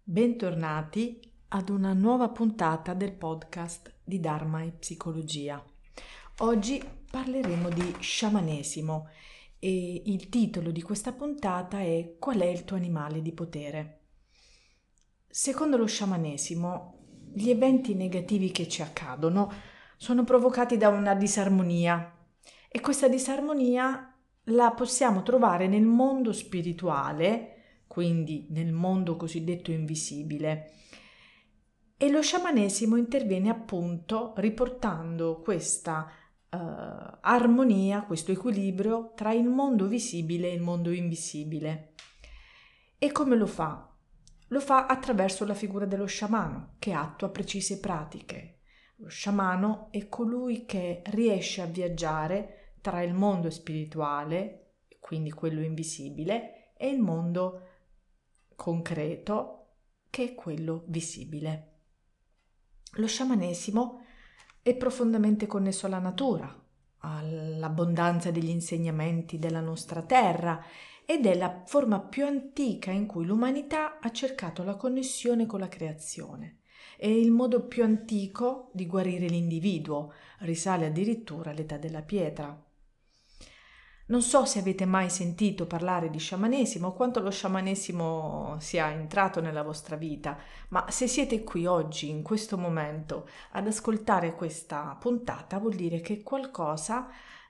Bentornati ad una nuova puntata del podcast di Dharma e Psicologia. Oggi parleremo di sciamanesimo e il titolo di questa puntata è Qual è il tuo animale di potere? Secondo lo sciamanesimo, gli eventi negativi che ci accadono sono provocati da una disarmonia e questa disarmonia la possiamo trovare nel mondo spirituale, quindi nel mondo cosiddetto invisibile. E lo sciamanesimo interviene appunto riportando questa armonia, questo equilibrio tra il mondo visibile e il mondo invisibile. E come lo fa? Lo fa attraverso la figura dello sciamano, che attua precise pratiche. Lo sciamano è colui che riesce a viaggiare tra il mondo spirituale, quindi quello invisibile, e il mondo concreto, che è quello visibile. Lo sciamanesimo è profondamente connesso alla natura, all'abbondanza degli insegnamenti della nostra terra ed è la forma più antica in cui l'umanità ha cercato la connessione con la creazione. È il modo più antico di guarire l'individuo, risale addirittura all'età della pietra. Non so se avete mai sentito parlare di sciamanesimo o quanto lo sciamanesimo sia entrato nella vostra vita, ma se siete qui oggi, in questo momento, ad ascoltare questa puntata, vuol dire che qualcosa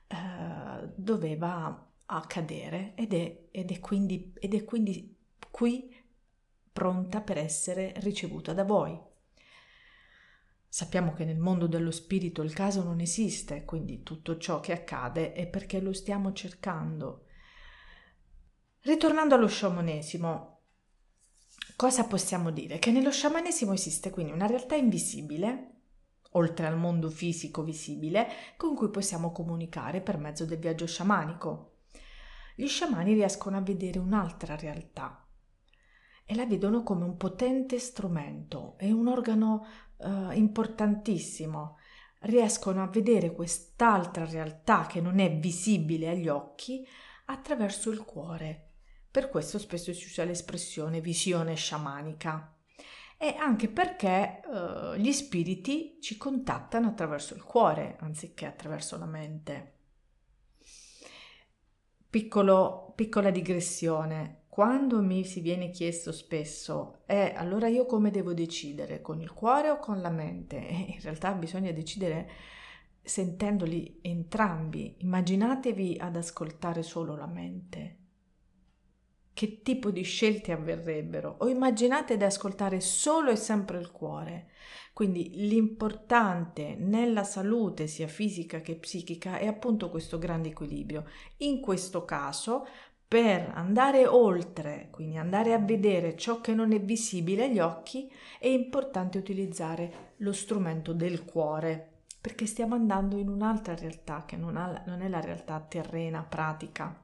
doveva accadere ed è quindi qui pronta per essere ricevuta da voi. Sappiamo che nel mondo dello spirito il caso non esiste, quindi tutto ciò che accade è perché lo stiamo cercando. Ritornando allo sciamanesimo, cosa possiamo dire? Che nello sciamanesimo esiste quindi una realtà invisibile, oltre al mondo fisico visibile, con cui possiamo comunicare per mezzo del viaggio sciamanico. Gli sciamani riescono a vedere un'altra realtà e la vedono come un potente strumento, è un organo importantissimo. Riescono a vedere quest'altra realtà che non è visibile agli occhi attraverso il cuore. Per questo spesso si usa l'espressione visione sciamanica. E anche perché gli spiriti ci contattano attraverso il cuore anziché attraverso la mente. Piccola digressione. Quando mi si viene chiesto spesso, allora io come devo decidere, con il cuore o con la mente? In realtà bisogna decidere sentendoli entrambi. Immaginatevi ad ascoltare solo la mente. Che tipo di scelte avverrebbero? O immaginate di ascoltare solo e sempre il cuore. Quindi l'importante nella salute sia fisica che psichica è appunto questo grande equilibrio. In questo caso, per andare oltre, quindi andare a vedere ciò che non è visibile agli occhi, è importante utilizzare lo strumento del cuore, perché stiamo andando in un'altra realtà che non è la realtà terrena, pratica.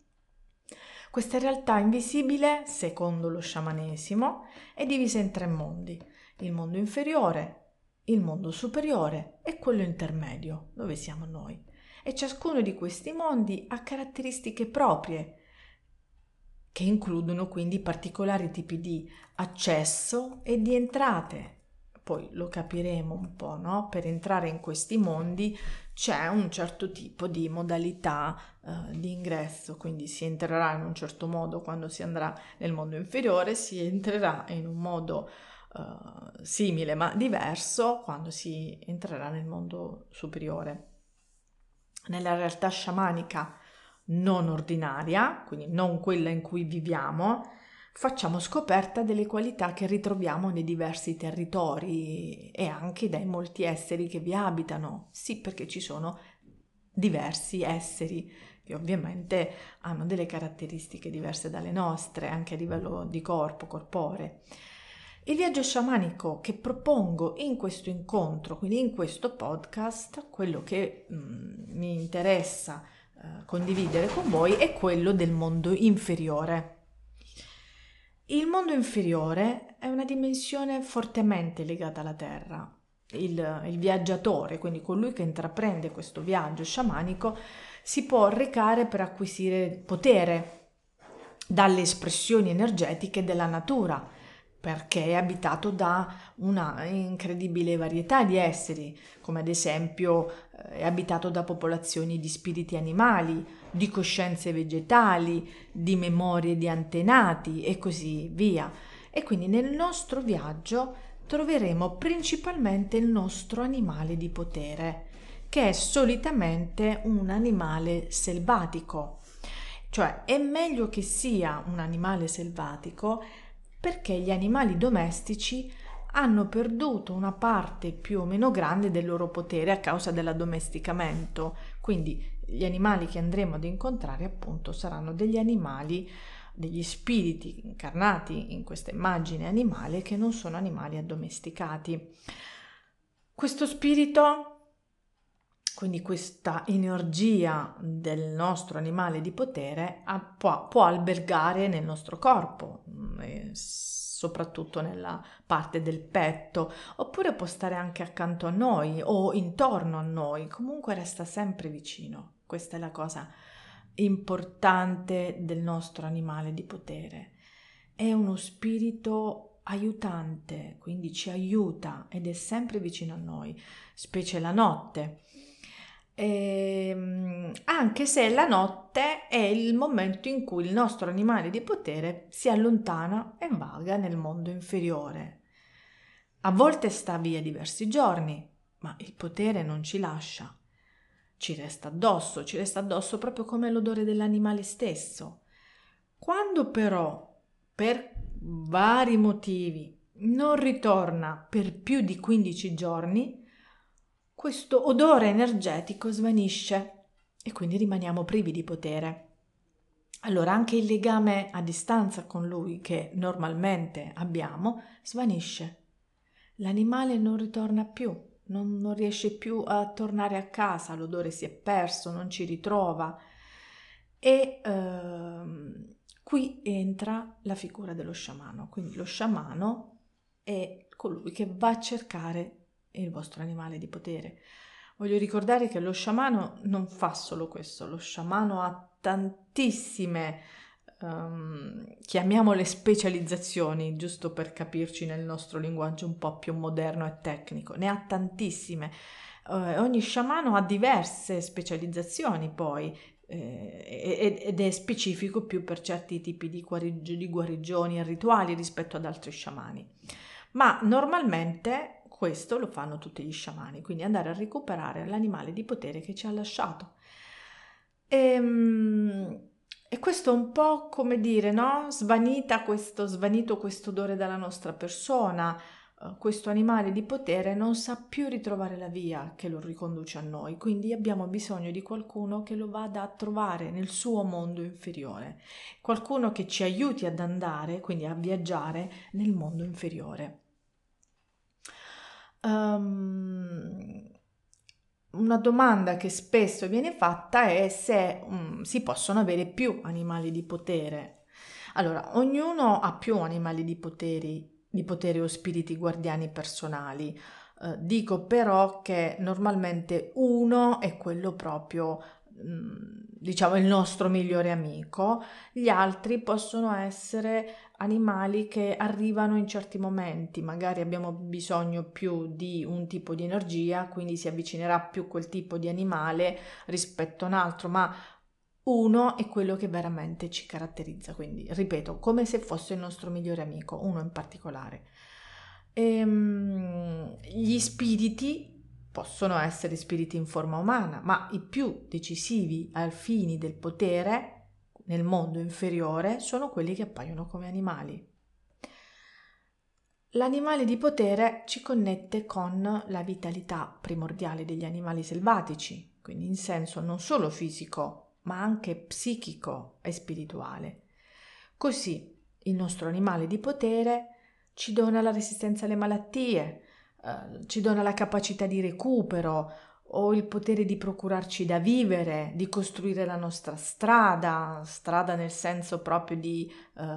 Questa realtà invisibile, secondo lo sciamanesimo, è divisa in tre mondi: il mondo inferiore, il mondo superiore e quello intermedio, dove siamo noi. E ciascuno di questi mondi ha caratteristiche proprie, che includono quindi particolari tipi di accesso e di entrate. Poi lo capiremo un po', no? Per entrare in questi mondi c'è un certo tipo di modalità di ingresso, quindi si entrerà in un certo modo quando si andrà nel mondo inferiore, si entrerà in un modo simile ma diverso quando si entrerà nel mondo superiore. Nella realtà sciamanica non ordinaria, quindi non quella in cui viviamo, facciamo scoperta delle qualità che ritroviamo nei diversi territori e anche dai molti esseri che vi abitano. Sì, perché ci sono diversi esseri che ovviamente hanno delle caratteristiche diverse dalle nostre, anche a livello di corpo, corporeo. Il viaggio sciamanico che propongo in questo incontro, quindi in questo podcast, quello che mi interessa condividere con voi è quello del mondo inferiore. Il mondo inferiore è una dimensione fortemente legata alla terra. Il viaggiatore, quindi colui che intraprende questo viaggio sciamanico, si può recare per acquisire potere dalle espressioni energetiche della natura, perché è abitato da una incredibile varietà di esseri, come ad esempio è abitato da popolazioni di spiriti animali, di coscienze vegetali, di memorie di antenati e così via. E quindi nel nostro viaggio troveremo principalmente il nostro animale di potere, che è solitamente un animale selvatico. Cioè è meglio che sia un animale selvatico perché gli animali domestici hanno perduto una parte più o meno grande del loro potere a causa dell'addomesticamento. Quindi gli animali che andremo ad incontrare appunto saranno degli animali, degli spiriti incarnati in questa immagine animale che non sono animali addomesticati. Questo spirito, quindi questa energia del nostro animale di potere, può albergare nel nostro corpo, soprattutto nella parte del petto, oppure può stare anche accanto a noi o intorno a noi, comunque resta sempre vicino. Questa è la cosa importante del nostro animale di potere. È uno spirito aiutante, quindi ci aiuta ed è sempre vicino a noi, specie la notte. Anche se la notte è il momento in cui il nostro animale di potere si allontana e vaga nel mondo inferiore. A volte sta via diversi giorni, ma il potere non ci lascia. Ci resta addosso proprio come l'odore dell'animale stesso. Quando però, per vari motivi, non ritorna per più di 15 giorni, questo odore energetico svanisce e quindi rimaniamo privi di potere. Allora anche il legame a distanza con lui che normalmente abbiamo svanisce. L'animale non ritorna più, non riesce più a tornare a casa, l'odore si è perso, non ci ritrova. E qui entra la figura dello sciamano. Quindi lo sciamano è colui che va a cercare il vostro animale di potere. Voglio ricordare che lo sciamano non fa solo questo, lo sciamano ha tantissime, chiamiamole specializzazioni, giusto per capirci nel nostro linguaggio un po' più moderno e tecnico, ne ha tantissime. Ogni sciamano ha diverse specializzazioni poi, ed è specifico più per certi tipi di guarigioni e rituali rispetto ad altri sciamani. Ma normalmente questo lo fanno tutti gli sciamani, quindi andare a recuperare l'animale di potere che ci ha lasciato. E questo è un po' come dire, no? Svanito questo odore dalla nostra persona, questo animale di potere non sa più ritrovare la via che lo riconduce a noi, quindi abbiamo bisogno di qualcuno che lo vada a trovare nel suo mondo inferiore, qualcuno che ci aiuti ad andare, quindi a viaggiare nel mondo inferiore. Una domanda che spesso viene fatta è se si possono avere più animali di potere. Allora, ognuno ha più animali di potere o spiriti guardiani personali. Dico però che normalmente uno è quello proprio, diciamo, il nostro migliore amico. Gli altri possono essere animali che arrivano in certi momenti, magari abbiamo bisogno più di un tipo di energia, quindi si avvicinerà più quel tipo di animale rispetto a un altro, ma uno è quello che veramente ci caratterizza, quindi ripeto, come se fosse il nostro migliore amico, uno in particolare. Gli spiriti possono essere spiriti in forma umana, ma i più decisivi ai fini del potere nel mondo inferiore sono quelli che appaiono come animali. L'animale di potere ci connette con la vitalità primordiale degli animali selvatici, quindi in senso non solo fisico, ma anche psichico e spirituale. Così il nostro animale di potere ci dona la resistenza alle malattie, ci dona la capacità di recupero o il potere di procurarci da vivere, di costruire la nostra strada nel senso proprio di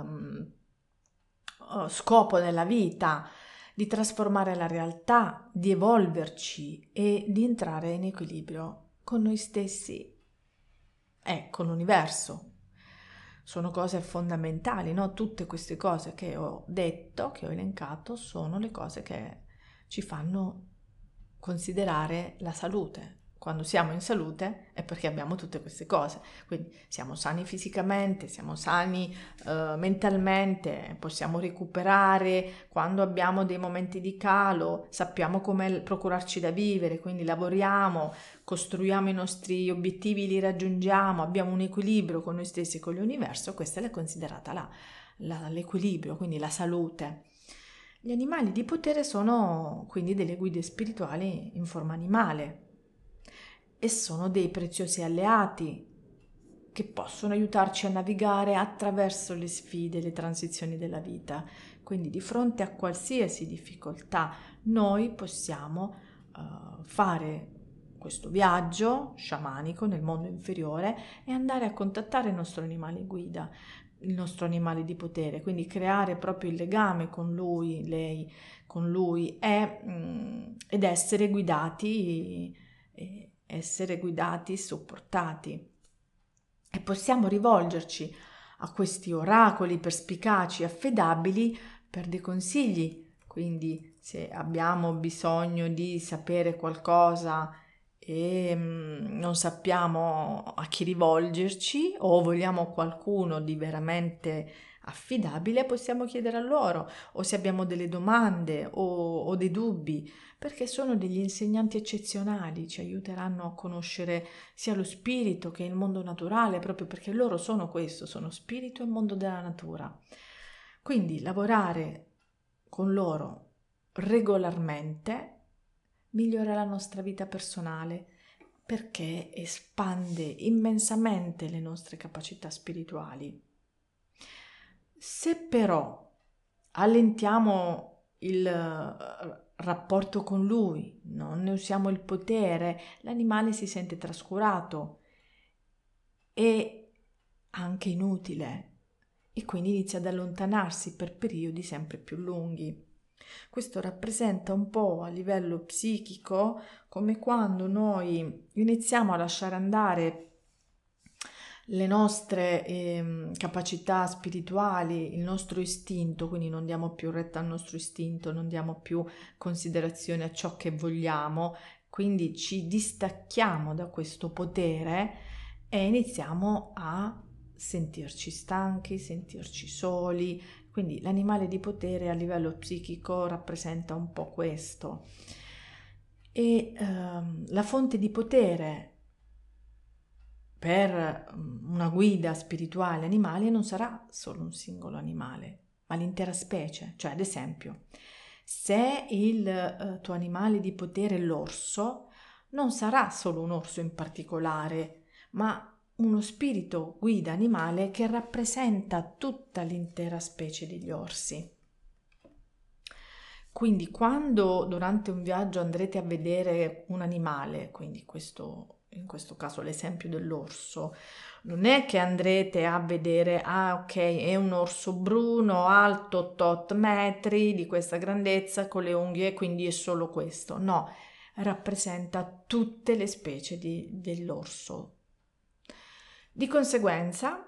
scopo nella vita, di trasformare la realtà, di evolverci e di entrare in equilibrio con noi stessi e con l'universo. sono cose fondamentali, no? Tutte queste cose che ho detto, che ho elencato, sono le cose che ci fanno considerare la salute. Quando siamo in salute è perché abbiamo tutte queste cose, quindi siamo sani fisicamente, siamo sani mentalmente, possiamo recuperare quando abbiamo dei momenti di calo, sappiamo come procurarci da vivere, quindi lavoriamo, costruiamo i nostri obiettivi, li raggiungiamo, abbiamo un equilibrio con noi stessi e con l'universo, questa è considerata l'equilibrio, quindi la salute. Gli animali di potere sono quindi delle guide spirituali in forma animale e sono dei preziosi alleati che possono aiutarci a navigare attraverso le sfide, le transizioni della vita. Quindi di fronte a qualsiasi difficoltà noi possiamo fare questo viaggio sciamanico nel mondo inferiore e andare a contattare il nostro animale guida, il nostro animale di potere, quindi creare proprio il legame con lui, lei, con lui ed essere guidati, supportati. E possiamo rivolgerci a questi oracoli perspicaci, affidabili per dei consigli. Quindi se abbiamo bisogno di sapere qualcosa e non sappiamo a chi rivolgerci o vogliamo qualcuno di veramente affidabile, possiamo chiedere a loro, o se abbiamo delle domande o dei dubbi, perché sono degli insegnanti eccezionali, ci aiuteranno a conoscere sia lo spirito che il mondo naturale, proprio perché loro sono questo, sono spirito e mondo della natura. Quindi lavorare con loro regolarmente migliora la nostra vita personale perché espande immensamente le nostre capacità spirituali. Se però allentiamo il rapporto con lui, non ne usiamo il potere, l'animale si sente trascurato e anche inutile e quindi inizia ad allontanarsi per periodi sempre più lunghi. Questo rappresenta un po' a livello psichico come quando noi iniziamo a lasciare andare le nostre capacità spirituali, il nostro istinto, quindi non diamo più retta al nostro istinto, non diamo più considerazione a ciò che vogliamo, quindi ci distacchiamo da questo potere e iniziamo a sentirci stanchi, sentirci soli. Quindi l'animale di potere a livello psichico rappresenta un po' questo. E la fonte di potere per una guida spirituale animale non sarà solo un singolo animale, ma l'intera specie. Cioè, ad esempio, se il tuo animale di potere è l'orso, non sarà solo un orso in particolare, ma uno spirito guida animale che rappresenta tutta l'intera specie degli orsi. Quindi quando durante un viaggio andrete a vedere un animale, quindi in questo caso l'esempio dell'orso, non è che andrete a vedere, ah ok, è un orso bruno, alto tot metri, di questa grandezza, con le unghie, quindi è solo questo. No, rappresenta tutte le specie dell'orso. Di conseguenza,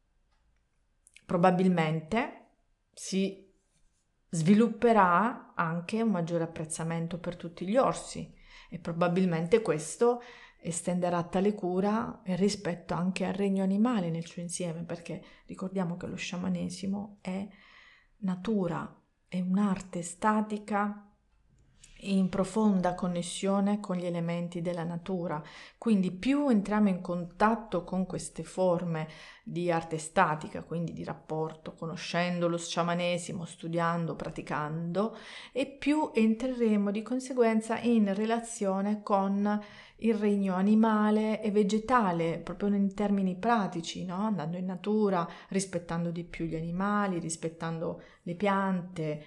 probabilmente si svilupperà anche un maggiore apprezzamento per tutti gli orsi e probabilmente questo estenderà tale cura e rispetto anche al regno animale nel suo insieme, perché ricordiamo che lo sciamanesimo è natura, è un'arte statica in profonda connessione con gli elementi della natura. Quindi più entriamo in contatto con queste forme di arte statica, quindi di rapporto, conoscendo lo sciamanesimo, studiando, praticando, e più entreremo di conseguenza in relazione con il regno animale e vegetale, proprio in termini pratici, no? Andando in natura, rispettando di più gli animali, rispettando le piante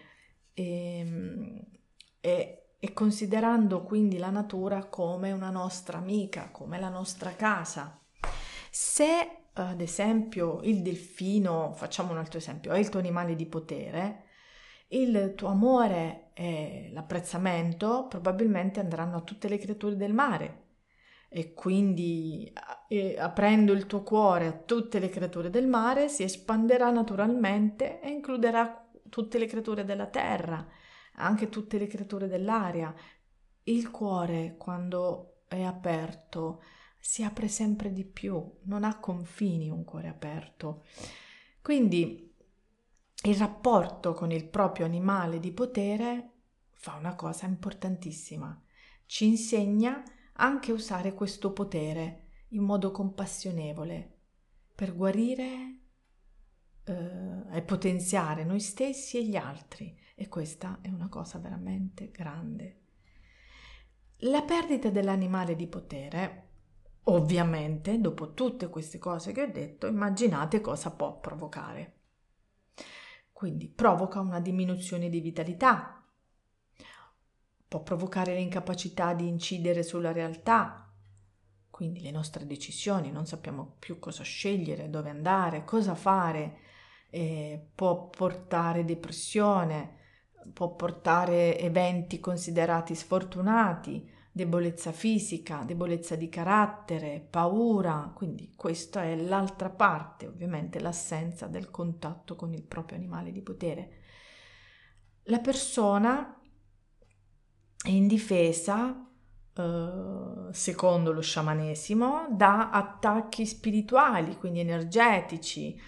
e considerando quindi la natura come una nostra amica, come la nostra casa. Se ad esempio il delfino, facciamo un altro esempio, è il tuo animale di potere, il tuo amore e l'apprezzamento probabilmente andranno a tutte le creature del mare, e quindi aprendo il tuo cuore a tutte le creature del mare si espanderà naturalmente e includerà tutte le creature della terra, anche tutte le creature dell'aria. Il cuore, quando è aperto, si apre sempre di più, non ha confini un cuore aperto. Quindi il rapporto con il proprio animale di potere fa una cosa importantissima. Ci insegna anche a usare questo potere in modo compassionevole per guarire e potenziare noi stessi e gli altri. E questa è una cosa veramente grande. La perdita dell'animale di potere, ovviamente, dopo tutte queste cose che ho detto, immaginate cosa può provocare. Quindi provoca una diminuzione di vitalità, può provocare l'incapacità di incidere sulla realtà, quindi le nostre decisioni, non sappiamo più cosa scegliere, dove andare, cosa fare, può portare depressione, può portare eventi considerati sfortunati, debolezza fisica, debolezza di carattere, paura, quindi questa è l'altra parte, ovviamente l'assenza del contatto con il proprio animale di potere. La persona è indifesa, secondo lo sciamanesimo, da attacchi spirituali, quindi energetici,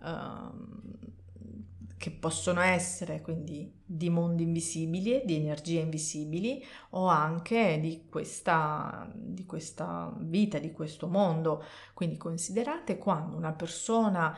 che possono essere quindi di mondi invisibili, di energie invisibili o anche di questa vita, di questo mondo. Quindi considerate quando una persona,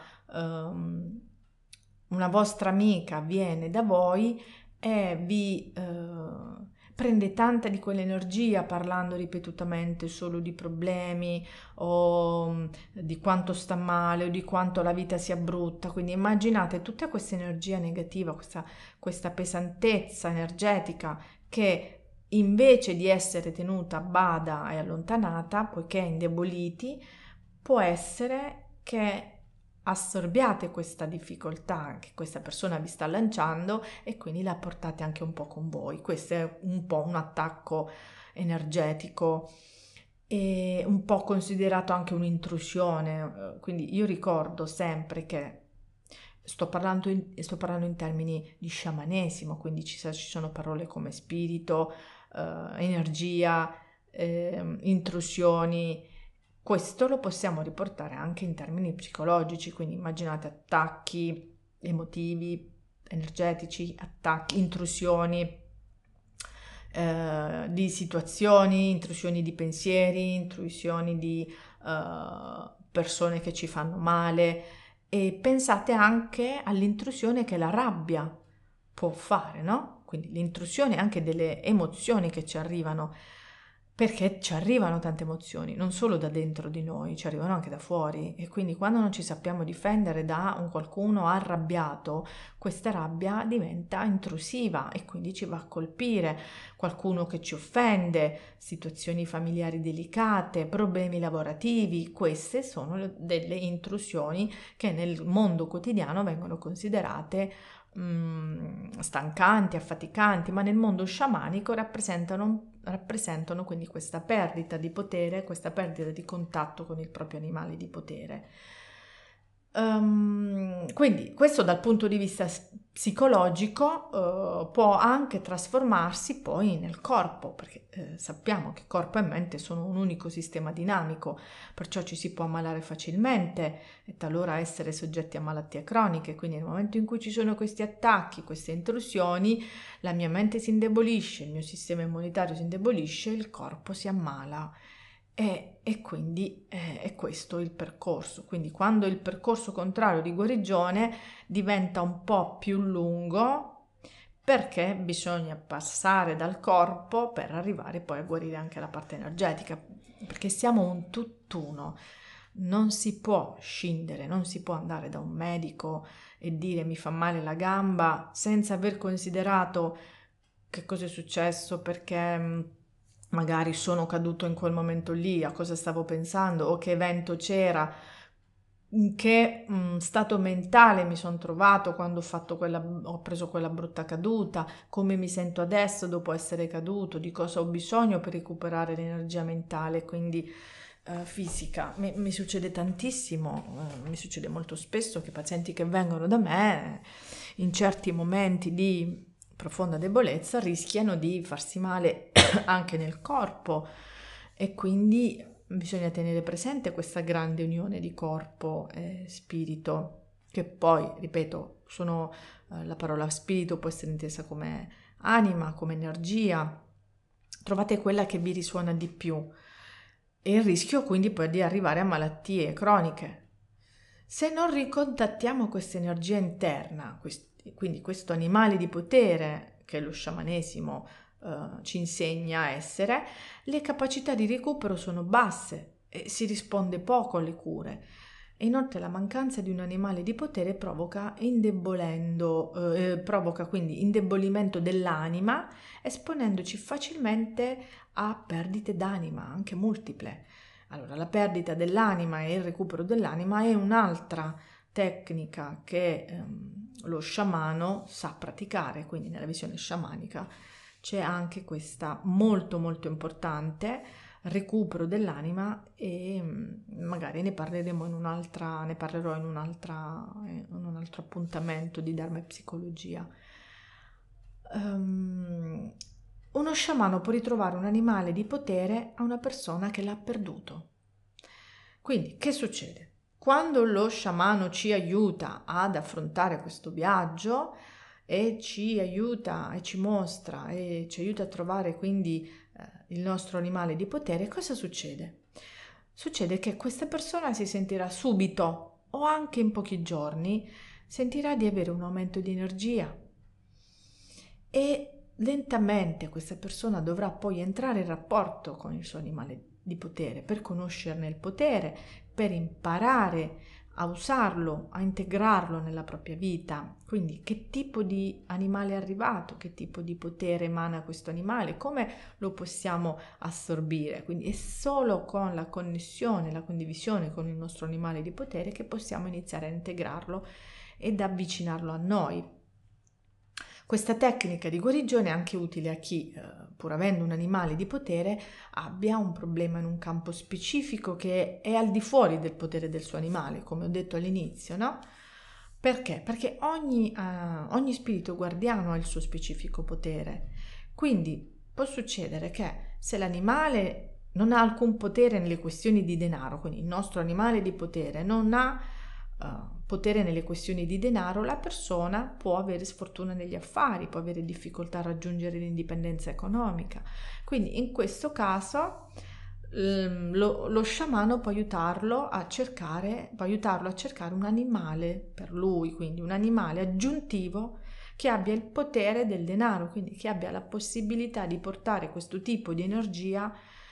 una vostra amica viene da voi e vi prende tanta di quell'energia parlando ripetutamente solo di problemi o di quanto sta male o di quanto la vita sia brutta. Quindi immaginate tutta questa energia negativa, questa pesantezza energetica che invece di essere tenuta a bada e allontanata, poiché indeboliti, può essere che assorbiate questa difficoltà che questa persona vi sta lanciando e quindi la portate anche un po' con voi. Questo è un po' un attacco energetico e un po' considerato anche un'intrusione. Quindi io ricordo sempre che sto parlando in termini di sciamanesimo, quindi ci sono parole come spirito, energia, intrusioni. Questo lo possiamo riportare anche in termini psicologici, quindi immaginate attacchi emotivi, energetici, attacchi, intrusioni di situazioni, intrusioni di pensieri, intrusioni di persone che ci fanno male e pensate anche all'intrusione che la rabbia può fare, no? Quindi l'intrusione anche delle emozioni che ci arrivano, perché ci arrivano tante emozioni, non solo da dentro di noi, ci arrivano anche da fuori e quindi quando non ci sappiamo difendere da un qualcuno arrabbiato, questa rabbia diventa intrusiva e quindi ci va a colpire qualcuno che ci offende, situazioni familiari delicate, problemi lavorativi, queste sono delle intrusioni che nel mondo quotidiano vengono considerate stancanti, affaticanti, ma nel mondo sciamanico rappresentano quindi questa perdita di potere, questa perdita di contatto con il proprio animale di potere. Quindi questo dal punto di vista psicologico può anche trasformarsi poi nel corpo, perché sappiamo che corpo e mente sono un unico sistema dinamico, perciò ci si può ammalare facilmente e talora essere soggetti a malattie croniche, quindi nel momento in cui ci sono questi attacchi, queste intrusioni, la mia mente si indebolisce, il mio sistema immunitario si indebolisce, il corpo si ammala. E quindi è questo il percorso. Quindi quando il percorso contrario di guarigione diventa un po' più lungo perché bisogna passare dal corpo per arrivare poi a guarire anche la parte energetica, perché siamo un tutt'uno. Non si può scindere, non si può andare da un medico e dire mi fa male la gamba senza aver considerato che cosa è successo, perché magari sono caduto in quel momento lì, a cosa stavo pensando o che evento c'era. in che stato mentale mi sono trovato quando ho preso quella brutta caduta, come mi sento adesso dopo essere caduto, di cosa ho bisogno per recuperare l'energia mentale, quindi fisica. Mi succede tantissimo, mi succede molto spesso che pazienti che vengono da me in certi momenti di profonda debolezza rischiano di farsi male anche nel corpo e quindi bisogna tenere presente questa grande unione di corpo e spirito, che poi, ripeto, la parola spirito può essere intesa come anima, come energia. Trovate quella che vi risuona di più e il rischio quindi poi di arrivare a malattie croniche. Se non ricontattiamo questa energia interna, quindi questo animale di potere che lo sciamanesimo ci insegna a essere, le capacità di recupero sono basse e si risponde poco alle cure. E inoltre la mancanza di un animale di potere provoca quindi indebolimento dell'anima, esponendoci facilmente a perdite d'anima, anche multiple. Allora, la perdita dell'anima e il recupero dell'anima è un'altra tecnica che lo sciamano sa praticare, quindi nella visione sciamanica c'è anche questa molto molto importante recupero dell'anima e magari ne parlerò in un altro appuntamento di Dharma e psicologia. Uno sciamano può ritrovare un animale di potere a una persona che l'ha perduto. Quindi, che succede? Quando lo sciamano ci aiuta ad affrontare questo viaggio e ci aiuta e ci mostra e ci aiuta a trovare quindi il nostro animale di potere, cosa succede? Succede che questa persona si sentirà subito o anche in pochi giorni, sentirà di avere un aumento di energia e lentamente questa persona dovrà poi entrare in rapporto con il suo animale di potere per conoscerne il potere, per imparare a usarlo, a integrarlo nella propria vita. Quindi che tipo di animale è arrivato, che tipo di potere emana questo animale, come lo possiamo assorbire. Quindi è solo con la connessione, la condivisione con il nostro animale di potere che possiamo iniziare a integrarlo ed avvicinarlo a noi. Questa tecnica di guarigione è anche utile a chi, pur avendo un animale di potere, abbia un problema in un campo specifico che è al di fuori del potere del suo animale, come ho detto all'inizio, no? Perché? Perché ogni spirito guardiano ha il suo specifico potere. Quindi può succedere che se l'animale non ha alcun potere nelle questioni di denaro, quindi il nostro animale di potere non ha potere nelle questioni di denaro, la persona può avere sfortuna negli affari, può avere difficoltà a raggiungere l'indipendenza economica. Quindi in questo caso lo sciamano può aiutarlo a cercare un animale per lui, quindi un animale aggiuntivo che abbia il potere del denaro, quindi che abbia la possibilità di portare questo tipo di energia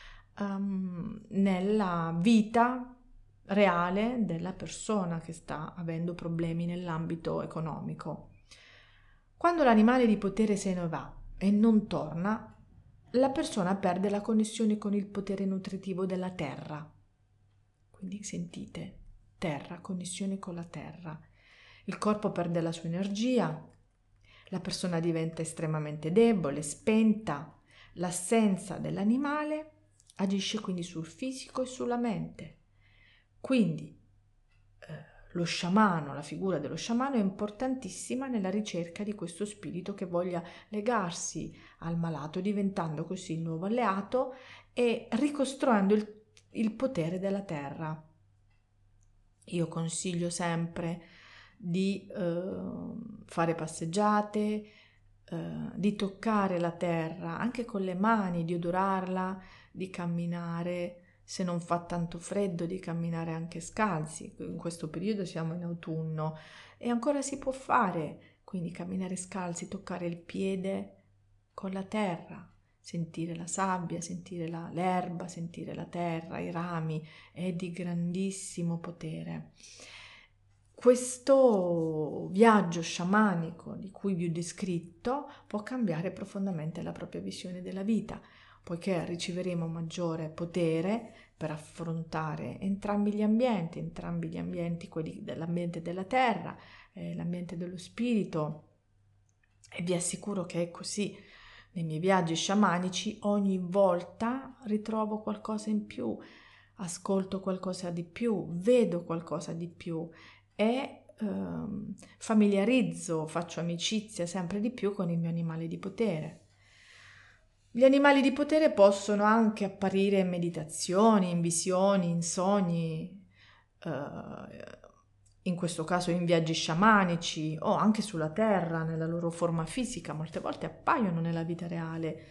nella vita reale della persona che sta avendo problemi nell'ambito economico. Quando l'animale di potere se ne va e non torna, la persona perde la connessione con il potere nutritivo della terra. Quindi sentite, terra, connessione con la terra. Il corpo perde la sua energia, la persona diventa estremamente debole, spenta. L'assenza dell'animale agisce quindi sul fisico e sulla mente. Quindi lo sciamano, la figura dello sciamano è importantissima nella ricerca di questo spirito che voglia legarsi al malato, diventando così il nuovo alleato e ricostruendo il potere della terra. Io consiglio sempre di fare passeggiate, di toccare la terra anche con le mani, di odorarla, di camminare, se non fa tanto freddo, di camminare anche scalzi. In questo periodo siamo in autunno e ancora si può fare, quindi camminare scalzi, toccare il piede con la terra, sentire la sabbia, sentire l'erba, sentire la terra, i rami, è di grandissimo potere. Questo viaggio sciamanico di cui vi ho descritto può cambiare profondamente la propria visione della vita. poiché riceveremo maggiore potere per affrontare entrambi gli ambienti, quelli dell'ambiente della terra, l'ambiente dello spirito, e vi assicuro che è così. Nei miei viaggi sciamanici ogni volta ritrovo qualcosa in più, ascolto qualcosa di più, vedo qualcosa di più e familiarizzo, faccio amicizia sempre di più con il mio animale di potere. Gli animali di potere possono anche apparire in meditazioni, in visioni, in sogni, in questo caso in viaggi sciamanici o anche sulla terra, nella loro forma fisica, molte volte appaiono nella vita reale.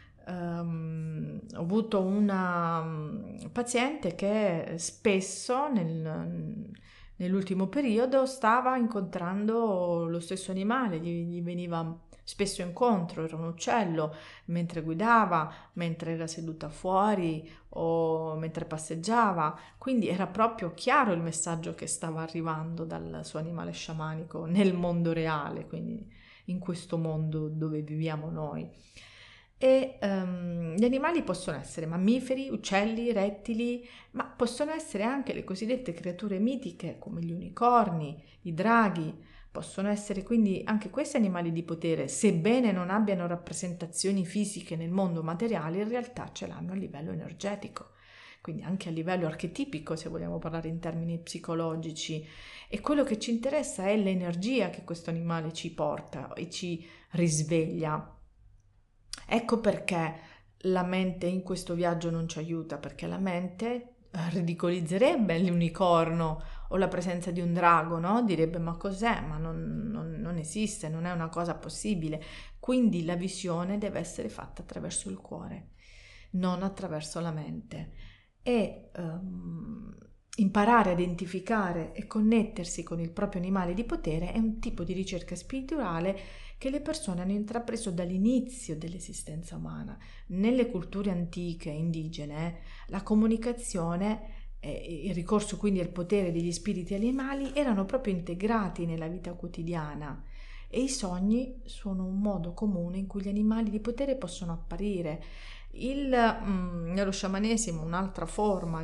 Ho avuto una paziente che spesso nell'ultimo periodo stava incontrando lo stesso animale, gli veniva spesso incontro, era un uccello, mentre guidava, mentre era seduta fuori o mentre passeggiava, quindi era proprio chiaro il messaggio che stava arrivando dal suo animale sciamanico nel mondo reale, quindi in questo mondo dove viviamo noi. E gli animali possono essere mammiferi, uccelli, rettili, ma possono essere anche le cosiddette creature mitiche come gli unicorni, i draghi. Possono essere quindi anche questi animali di potere, sebbene non abbiano rappresentazioni fisiche nel mondo materiale, in realtà ce l'hanno a livello energetico, quindi anche a livello archetipico, se vogliamo parlare in termini psicologici. E quello che ci interessa è l'energia che questo animale ci porta e ci risveglia. Ecco perché la mente in questo viaggio non ci aiuta, perché la mente ridicolizzerebbe l'unicorno o la presenza di un drago, no? Direbbe ma cos'è? Ma non esiste, non è una cosa possibile. Quindi la visione deve essere fatta attraverso il cuore, non attraverso la mente. E imparare a identificare e connettersi con il proprio animale di potere è un tipo di ricerca spirituale che le persone hanno intrapreso dall'inizio dell'esistenza umana. Nelle culture antiche indigene la comunicazione e il ricorso quindi al potere degli spiriti animali erano proprio integrati nella vita quotidiana e i sogni sono un modo comune in cui gli animali di potere possono apparire. Nello sciamanesimo un'altra forma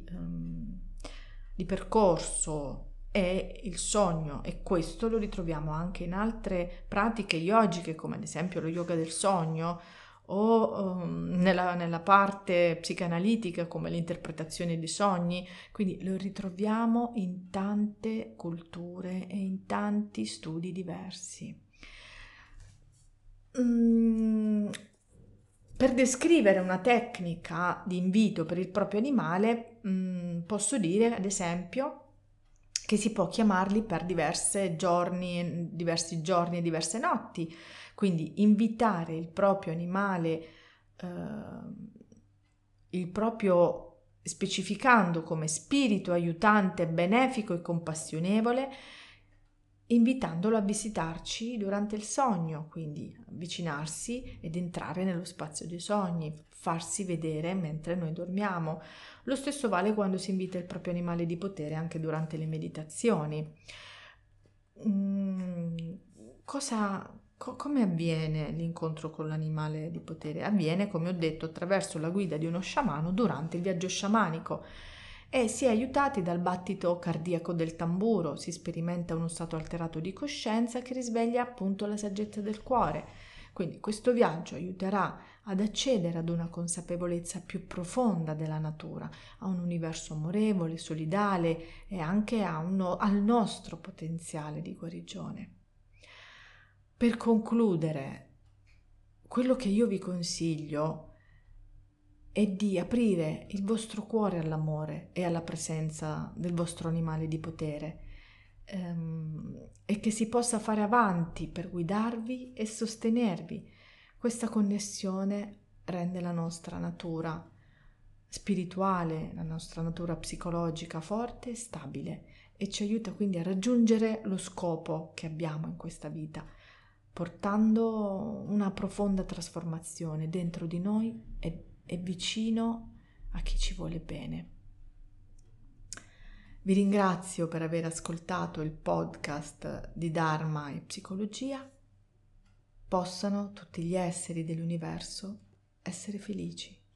di percorso è il sogno, e questo lo ritroviamo anche in altre pratiche yogiche come ad esempio lo yoga del sogno o nella parte psicanalitica come l'interpretazione dei sogni, quindi lo ritroviamo in tante culture e in tanti studi diversi. Per descrivere una tecnica di invito per il proprio animale, posso dire ad esempio che si può chiamarli per diversi giorni e diverse notti, quindi invitare il proprio animale, il proprio specificando come spirito aiutante, benefico e compassionevole, invitandolo a visitarci durante il sogno, quindi avvicinarsi ed entrare nello spazio dei sogni, farsi vedere mentre noi dormiamo. Lo stesso vale quando si invita il proprio animale di potere anche durante le meditazioni. Come avviene l'incontro con l'animale di potere? Avviene, come ho detto, attraverso la guida di uno sciamano durante il viaggio sciamanico e si è aiutati dal battito cardiaco del tamburo, si sperimenta uno stato alterato di coscienza che risveglia appunto la saggezza del cuore. Quindi questo viaggio aiuterà ad accedere ad una consapevolezza più profonda della natura, a un universo amorevole, solidale e anche al nostro potenziale di guarigione. Per concludere, quello che io vi consiglio è di aprire il vostro cuore all'amore e alla presenza del vostro animale di potere, e che si possa fare avanti per guidarvi e sostenervi. Questa connessione rende la nostra natura spirituale, la nostra natura psicologica forte e stabile e ci aiuta quindi a raggiungere lo scopo che abbiamo in questa vita, portando una profonda trasformazione dentro di noi e vicino a chi ci vuole bene. Vi ringrazio per aver ascoltato il podcast di Dharma e Psicologia. Possano tutti gli esseri dell'universo essere felici.